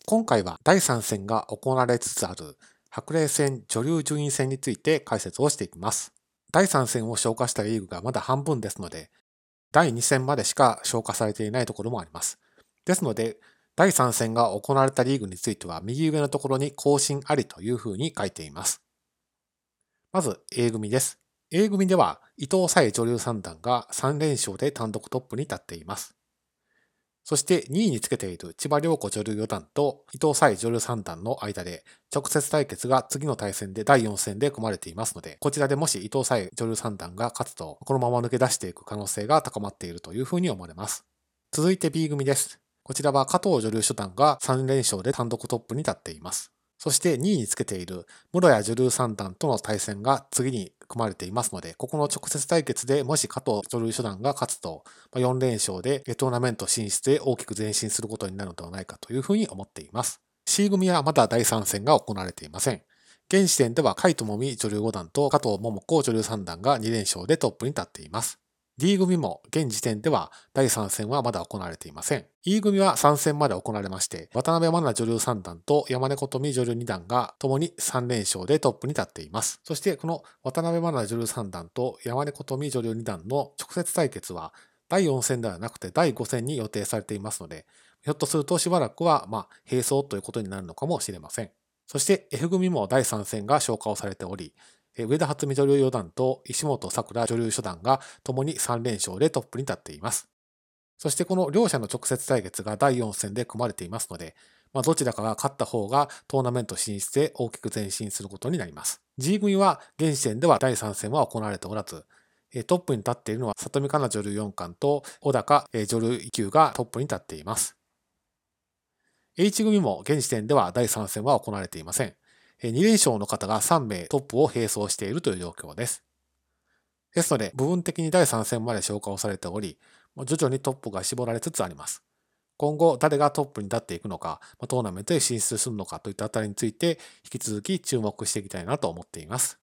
今回は第3戦が行われつつある白麗戦女流順位戦について解説をしていきます。第3戦を消化したリーグがまだ半分ですので、第2戦までしか消化されていないところもあります。ですので、第3戦が行われたリーグについては右上のところに更新ありというふうに書いています。まず A 組です。A 組では伊藤沙恵女流三段が3連勝で単独トップに立っています。そして2位につけている千葉良子女流四段と伊藤沙恵女流三段の間で直接対決が次の対戦で第4戦で組まれていますので、こちらでもし伊藤沙恵女流三段が勝つと、このまま抜け出していく可能性が高まっているというふうに思われます。続いて B 組です。こちらは加藤女流初段が3連勝で単独トップに立っています。そして2位につけている室谷女流三段との対戦が次に組まれていますので、ここの直接対決でもし加藤女流初段が勝つと、4連勝でトーナメント進出へ大きく前進することになるのではないかというふうに思っています。C 組はまだ第3戦が行われていません。現時点では甲斐智美女流五段と加藤桃子女流三段が2連勝でトップに立っています。D 組も現時点では第3戦はまだ行われていません。E 組は3戦まで行われまして、渡辺真奈女流三段と山根琴美女流二段が共に3連勝でトップに立っています。そしてこの渡辺真奈女流三段と山根琴美女流二段の直接対決は第4戦ではなくて第5戦に予定されていますので、ひょっとするとしばらくは並走ということになるのかもしれません。そして F 組も第3戦が消化をされており、上田初美女流四段と石本さくら女流初段が共に3連勝でトップに立っています。そしてこの両者の直接対決が第4戦で組まれていますので、どちらかが勝った方がトーナメント進出へ大きく前進することになります。G 組は現時点では第3戦は行われておらず、トップに立っているのは里見香奈女流四冠と小高女流一級がトップに立っています。H 組も現時点では第3戦は行われていません。2連勝の方が3名トップを並走しているという状況です。ですので、部分的に第3戦まで消化をされており、徐々にトップが絞られつつあります。今後、誰がトップに立っていくのか、トーナメントへ進出するのかといったあたりについて、引き続き注目していきたいなと思っています。